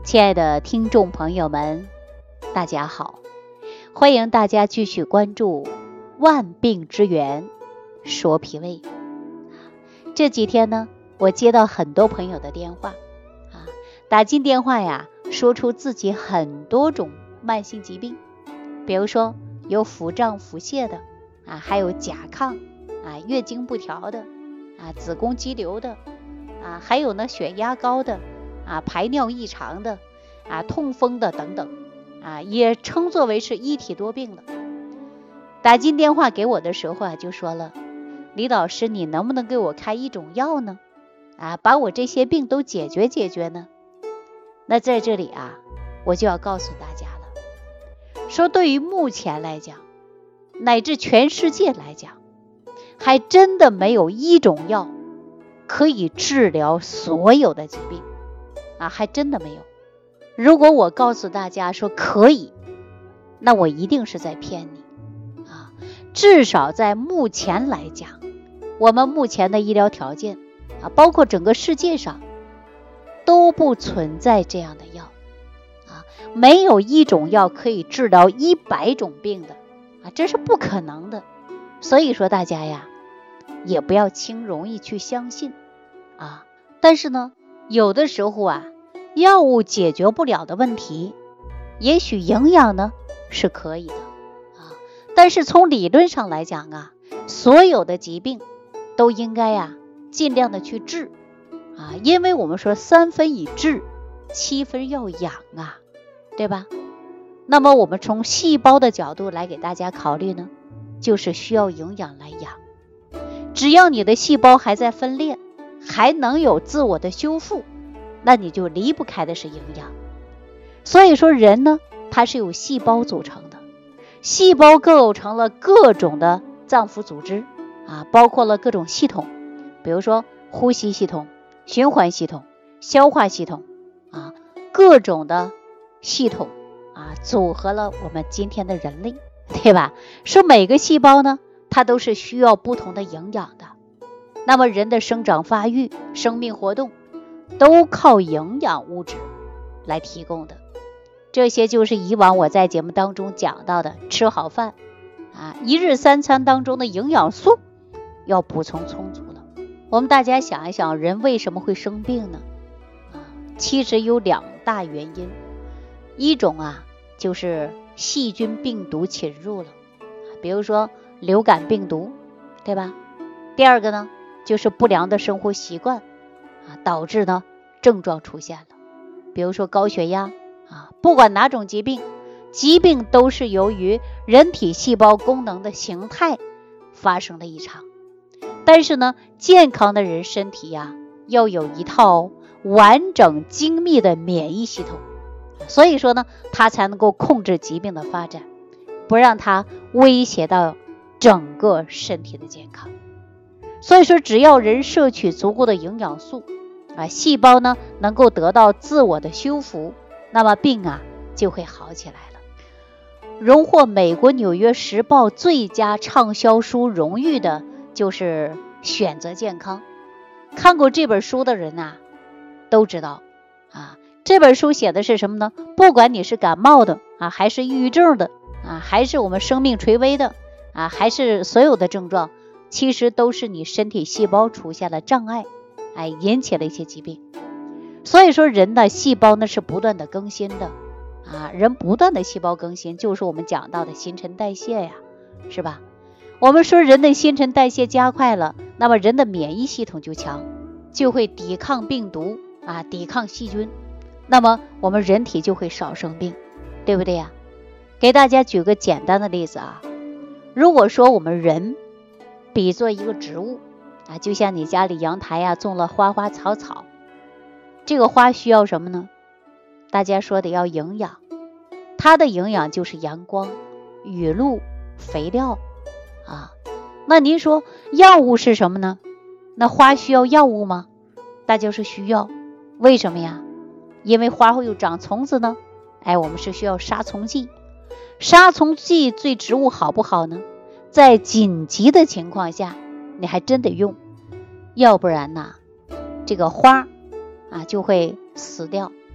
亲爱的听众朋友们，大家好，欢迎大家继续关注万病之源说脾胃。这几天呢，我接到很多朋友的电话打进电话呀，说出自己很多种慢性疾病，比如说有腹胀腹泻的还有甲亢月经不调的子宫肌瘤的还有呢血压高的排尿异常的痛风的等等也称作为是一体多病了。打进电话给我的时候就说了，李老师，你能不能给我开一种药呢把我这些病都解决呢？那在这里我就要告诉大家了，说对于目前来讲，乃至全世界来讲，还真的没有一种药可以治疗所有的疾病还真的没有。如果我告诉大家说可以，那我一定是在骗你至少在目前来讲，我们目前的医疗条件包括整个世界上都不存在这样的药没有一种药可以治疗100种病的这是不可能的。所以说大家呀，也不要轻容易去相信但是呢，有的时候药物解决不了的问题，也许营养呢是可以的但是从理论上来讲所有的疾病都应该尽量的去治因为我们说3分以治，7分要养对吧？那么我们从细胞的角度来给大家考虑呢，就是需要营养来养。只要你的细胞还在分裂，还能有自我的修复，那你就离不开的是营养。所以说人呢，它是由细胞组成的，细胞构成了各种的脏腑组织包括了各种系统，比如说呼吸系统、循环系统、消化系统各种的系统组合了我们今天的人类，对吧？说每个细胞呢，它都是需要不同的营养的。那么人的生长发育、生命活动都靠营养物质来提供的。这些就是以往我在节目当中讲到的，吃好饭一日3餐当中的营养素要补充充足了。我们大家想一想，人为什么会生病呢？其实有2大原因。一种就是细菌病毒侵入了，比如说流感病毒，对吧？第二个呢，就是不良的生活习惯导致呢症状出现了，比如说高血压不管哪种疾病，疾病都是由于人体细胞功能的形态发生了异常。但是呢，健康的人身体要有一套完整精密的免疫系统，所以说呢，它才能够控制疾病的发展，不让它威胁到整个身体的健康。所以说只要人摄取足够的营养素细胞呢能够得到自我的修复，那么病就会好起来了。荣获美国纽约时报最佳畅销书荣誉的就是选择健康。看过这本书的人都知道这本书写的是什么呢？不管你是感冒的还是抑郁症的还是我们生命垂危的还是所有的症状，其实都是你身体细胞出现了障碍引起了一些疾病。所以说人的细胞呢是不断的更新的人不断的细胞更新，就是我们讲到的新陈代谢是吧？我们说人的新陈代谢加快了，那么人的免疫系统就强，就会抵抗病毒抵抗细菌，那么我们人体就会少生病，对不对给大家举个简单的例子如果说我们人比作一个植物就像你家里阳台种了花花草草，这个花需要什么呢？大家说的要营养，它的营养就是阳光、雨露、肥料那您说药物是什么呢？那花需要药物吗？大家说需要。为什么呀？因为花会有长虫子呢我们是需要杀虫剂。杀虫剂对植物好不好呢？在紧急的情况下你还真得用，要不然这个花就会死掉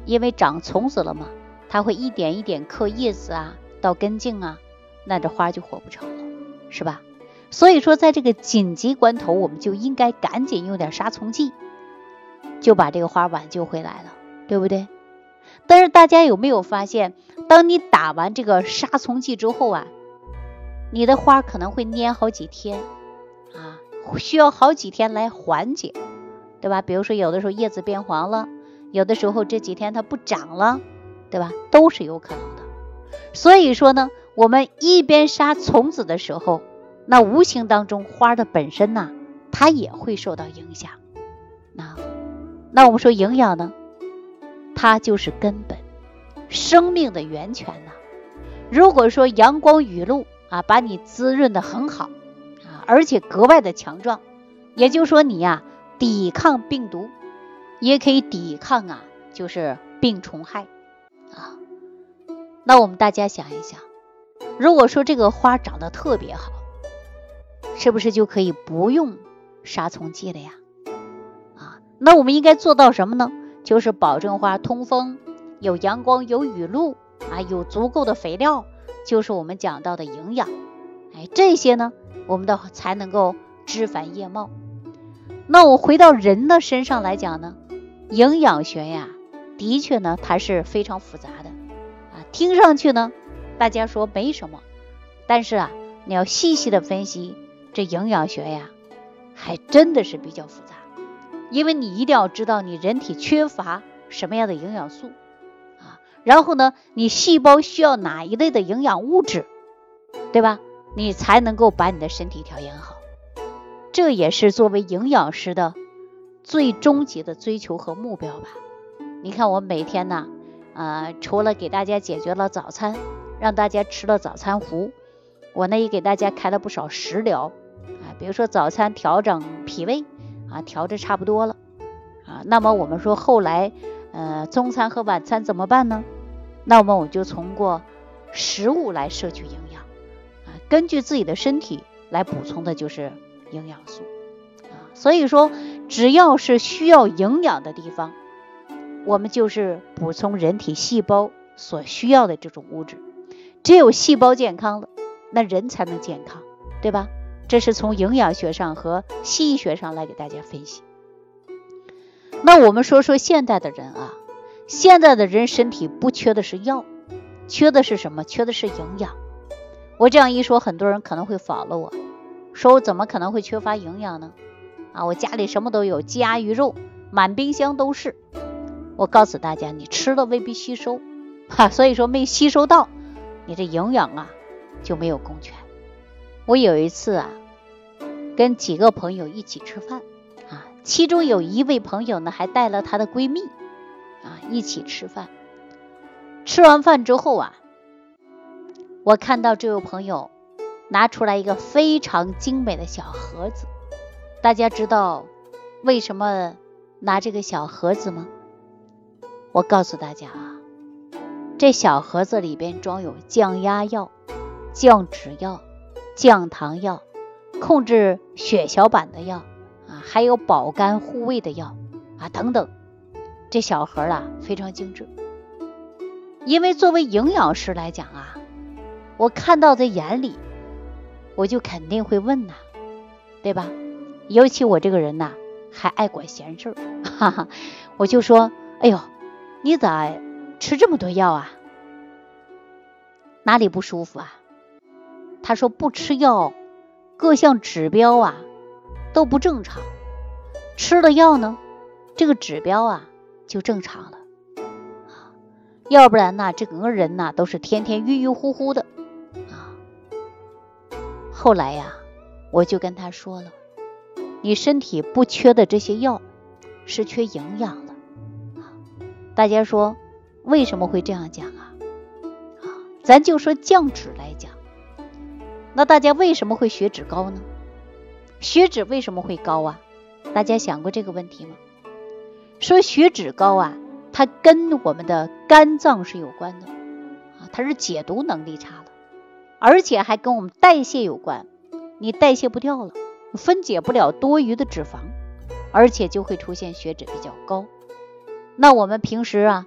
因为长虫子了嘛，它会一点一点刻叶子啊到根茎啊，那这花就活不成了，是吧？所以说在这个紧急关头，我们就应该赶紧用点杀虫剂，就把这个花挽救回来了，对不对？但是大家有没有发现，当你打完这个杀虫剂之后啊，你的花可能会蔫好几天啊，需要好几天来缓解，对吧？比如说有的时候叶子变黄了，有的时候这几天它不长了，对吧？都是有可能的。所以说呢，我们一边杀虫子的时候，那无形当中花的本身呢，它也会受到影响。那我们说营养呢，它就是根本，生命的源泉呢。如果说阳光雨露啊，把你滋润的很好啊，而且格外的强壮，也就是说你呀，抵抗病毒，也可以抵抗啊，就是病虫害啊。那我们大家想一想，如果说这个花长得特别好，是不是就可以不用杀虫剂了呀？那我们应该做到什么呢？就是保证花通风，有阳光，有雨露啊，有足够的肥料，就是我们讲到的营养。这些呢，我们才能够枝繁叶茂。那我回到人的身上来讲呢，营养学呀，的确呢，它是非常复杂的啊。听上去呢，大家说没什么，但是啊，你要细细的分析，这营养学呀，还真的是比较复杂。因为你一定要知道你人体缺乏什么样的营养素啊，然后呢，你细胞需要哪一类的营养物质，对吧？你才能够把你的身体调养好。这也是作为营养师的最终极的追求和目标吧。你看我每天呢，除了给大家解决了早餐，让大家吃了早餐糊，我呢也给大家开了不少食疗啊，比如说早餐调整脾胃啊，调着差不多了啊。那么我们说后来中餐和晚餐怎么办呢？那么我就通过食物来摄取营养啊，根据自己的身体来补充的就是营养素啊。所以说只要是需要营养的地方，我们就是补充人体细胞所需要的这种物质。只有细胞健康了，那人才能健康，对吧？这是从营养学上和西医学上来给大家分析。那我们说说现代的人啊，现在的人身体不缺的是药，缺的是什么？缺的是营养。我这样一说，很多人可能会否了我，说我怎么可能会缺乏营养呢？啊，我家里什么都有，鸡鸭鱼肉满冰箱都是。我告诉大家，你吃了未必吸收所以说没吸收到，你这营养啊就没有供全。我有一次啊，跟几个朋友一起吃饭啊，其中有一位朋友呢还带了她的闺蜜啊一起吃饭。吃完饭之后啊，我看到这位朋友拿出来一个非常精美的小盒子。大家知道为什么拿这个小盒子吗？我告诉大家啊，这小盒子里边装有降压药、降脂药、降糖药、控制血小板的药啊，还有保肝护胃的药啊等等。这小盒啊非常精致。因为作为营养师来讲啊，我看到在眼里，我就肯定会问呐，对吧？尤其我这个人呐，还爱管闲事儿，我就说，哎呦，你咋吃这么多药啊？哪里不舒服啊？他说不吃药，各项指标啊都不正常，吃了药呢，这个指标啊就正常了。要不然呢，整个人呢都是天天晕晕乎乎的啊。后来呀，我就跟他说了，你身体不缺的这些药是缺营养的啊。大家说为什么会这样讲啊？咱就说降脂来讲，那大家为什么会血脂高呢？血脂为什么会高啊？大家想过这个问题吗？说血脂高啊，它跟我们的肝脏是有关的啊，它是解毒能力差了，而且还跟我们代谢有关。你代谢不掉了，分解不了多余的脂肪，而且就会出现血脂比较高。那我们平时啊，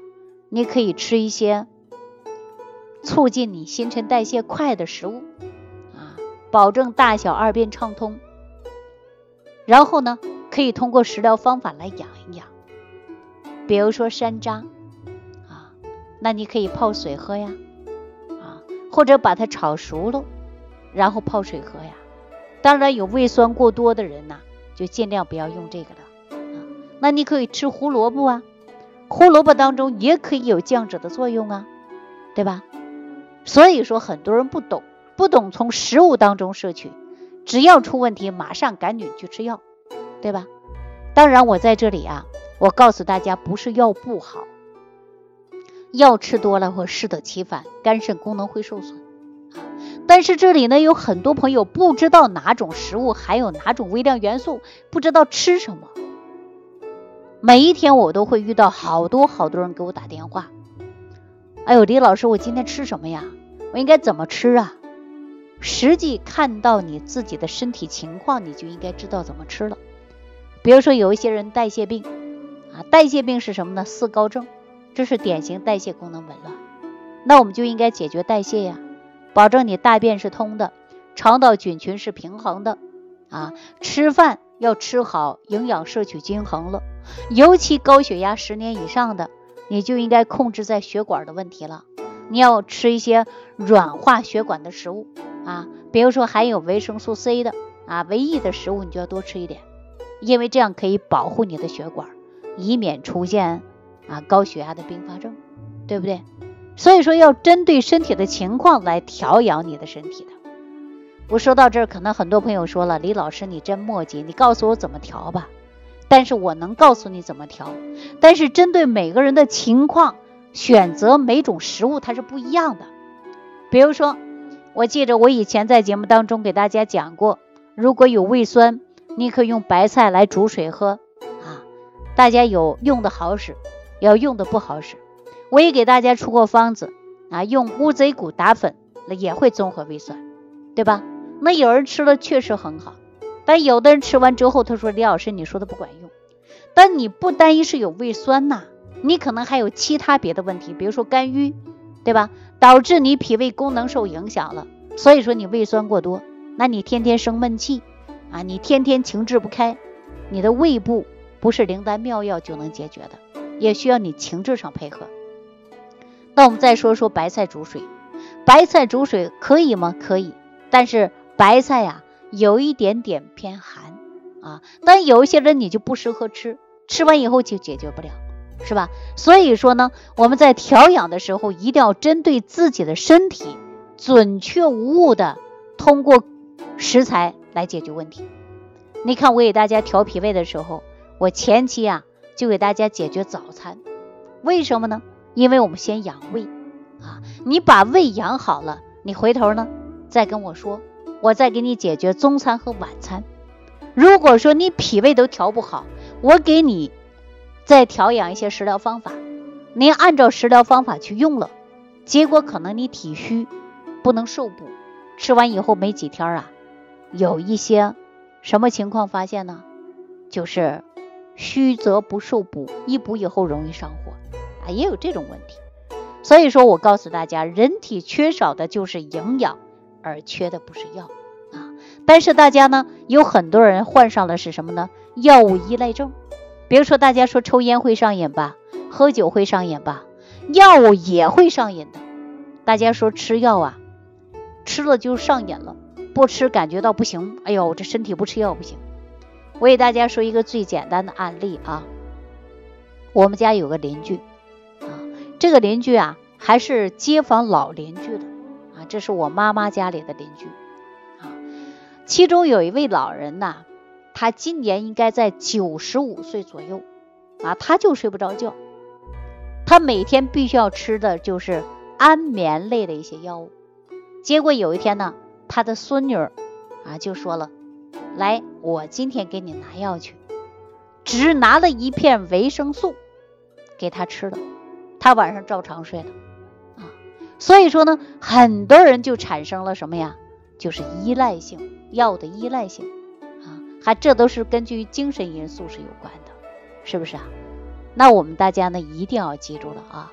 你可以吃一些促进你新陈代谢快的食物保证大小二便畅通。然后呢，可以通过食疗方法来养一养，比如说山楂那你可以泡水喝呀或者把它炒熟了然后泡水喝呀。当然有胃酸过多的人就尽量不要用这个了那你可以吃胡萝卜胡萝卜当中也可以有降脂的作用对吧？所以说很多人不懂从食物当中摄取，只要出问题马上赶紧去吃药，对吧？当然我在这里我告诉大家，不是药不好，药吃多了会适得其反，肝肾功能会受损但是这里呢，有很多朋友不知道哪种食物还有哪种微量元素，不知道吃什么。每一天我都会遇到好多人给我打电话，哎呦，李老师，我今天吃什么呀？我应该怎么吃实际看到你自己的身体情况，你就应该知道怎么吃了。比如说有一些人代谢病代谢病是什么呢？四高症，这是典型代谢功能紊乱。那我们就应该解决代谢保证你大便是通的，肠道菌群是平衡的吃饭要吃好，营养摄取均衡了。尤其高血压10年以上的，你就应该控制在血管的问题了。你要吃一些软化血管的食物比如说含有维生素 C 的维 E 的食物你就要多吃一点，因为这样可以保护你的血管，以免出现高血压的并发症，对不对？所以说要针对身体的情况来调养你的身体的。我说到这儿，可能很多朋友说了，李老师你真磨叽，你告诉我怎么调吧。但是我能告诉你怎么调，但是针对每个人的情况，选择每种食物它是不一样的。比如说我记得我以前在节目当中给大家讲过，如果有胃酸，你可以用白菜来煮水喝大家有用的好使，有用的不好使。我也给大家出过方子用乌贼骨打粉也会综合胃酸，对吧？那有人吃了确实很好，但有的人吃完之后他说，李老师你说的不管用。但你不单一是有胃酸你可能还有其他别的问题，比如说肝郁，对吧？导致你脾胃功能受影响了，所以说你胃酸过多，那你天天生闷气你天天情志不开，你的胃部不是灵丹妙药就能解决的，也需要你情志上配合。那我们再说说白菜煮水。白菜煮水可以吗？可以，但是白菜有一点点偏寒但有一些人你就不适合吃，吃完以后就解决不了，是吧？所以说呢，我们在调养的时候一定要针对自己的身体，准确无误的通过食材来解决问题。你看我给大家调脾胃的时候，我前期就给大家解决早餐。为什么呢？因为我们先养胃你把胃养好了，你回头呢再跟我说，我再给你解决中餐和晚餐。如果说你脾胃都调不好，我给你再调养一些食疗方法，您按照食疗方法去用了，结果可能你体虚不能受补，吃完以后没几天有一些什么情况发现呢？就是虚则不受补，一补以后容易上火也有这种问题。所以说我告诉大家，人体缺少的就是营养，而缺的不是药但是大家呢，有很多人患上的是什么呢？药物依赖症。比如说大家说抽烟会上瘾吧，喝酒会上瘾吧，药物也会上瘾的。大家说吃药吃了就上瘾了，不吃感觉到不行，哎呦，这身体不吃药不行。我给大家说一个最简单的案例我们家有个邻居这个邻居还是街坊老邻居的这是我妈妈家里的邻居其中有一位老人他今年应该在95岁左右他就睡不着觉，他每天必须要吃的就是安眠类的一些药物。结果有一天呢，他的孙女就说了，来，我今天给你拿药去，只拿了一片维生素给他吃了，他晚上照常睡了所以说呢，很多人就产生了什么呀？就是依赖性，药的依赖性还这都是根据精神因素是有关的，是不是那我们大家呢一定要记住了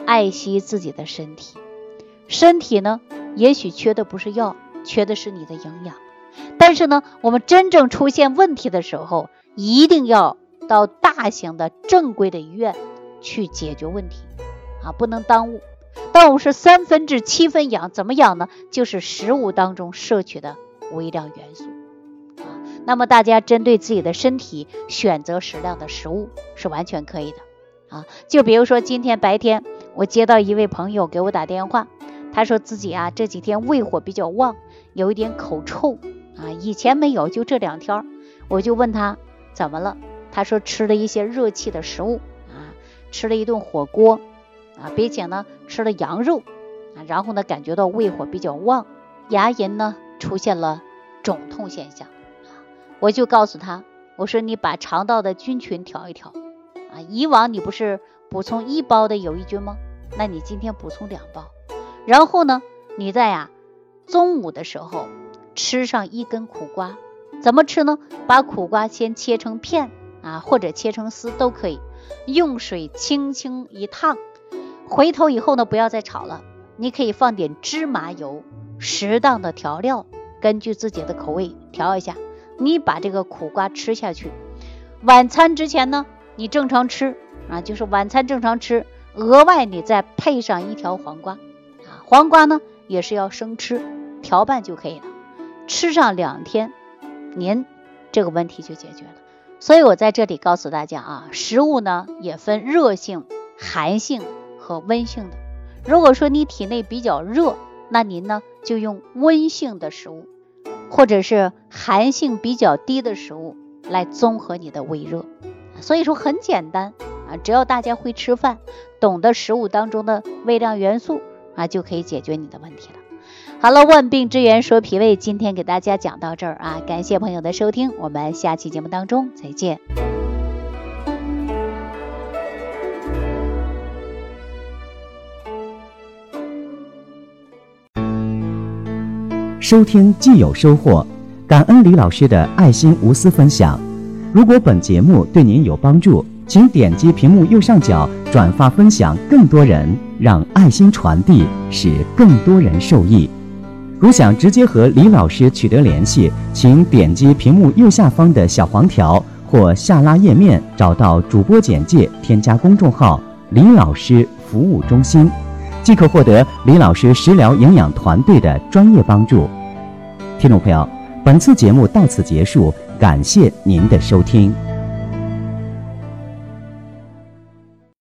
爱惜自己的身体。身体呢，也许缺的不是药，缺的是你的营养。但是呢，我们真正出现问题的时候，一定要到大型的正规的医院去解决问题不能耽误。动物是3分治7分养，怎么养呢？就是食物当中摄取的微量元素那么大家针对自己的身体选择适量的食物是完全可以的就比如说今天白天我接到一位朋友给我打电话，他说自己这几天胃火比较旺，有一点口臭以前没有，就这2天。我就问他怎么了，他说吃了一些热气的食物吃了一顿火锅并且呢吃了羊肉然后呢感觉到胃火比较旺，牙龈呢出现了肿痛现象我就告诉他，我说你把肠道的菌群调一调以往你不是补充1包的有益菌吗？那你今天补充2包，然后呢你在中午的时候吃上1根苦瓜。怎么吃呢？把苦瓜先切成片或者切成丝都可以，用水轻轻一烫，回头以后呢不要再炒了，你可以放点芝麻油，适当的调料，根据自己的口味调一下，你把这个苦瓜吃下去。晚餐之前呢你正常吃就是晚餐正常吃，额外你再配上1条黄瓜黄瓜呢也是要生吃，调拌就可以了。吃上2天，您这个问题就解决了。所以我在这里告诉大家食物呢也分热性、寒性和温性的。如果说你体内比较热，那您呢就用温性的食物，或者是寒性比较低的食物来综合你的胃热。所以说很简单只要大家会吃饭，懂得食物当中的微量元素就可以解决你的问题了。好了，万病之源说脾胃，今天给大家讲到这儿感谢朋友的收听，我们下期节目当中再见。 收听既有收获，感恩李老师的爱心无私分享。如果本节目对您有帮助，请点击屏幕右上角转发分享更多人，让爱心传递，使更多人受益。如想直接和李老师取得联系，请点击屏幕右下方的小黄条或下拉页面找到主播简介，添加公众号李老师服务中心，即可获得李老师食疗营养团队的专业帮助。听众朋友，本次节目到此结束，感谢您的收听。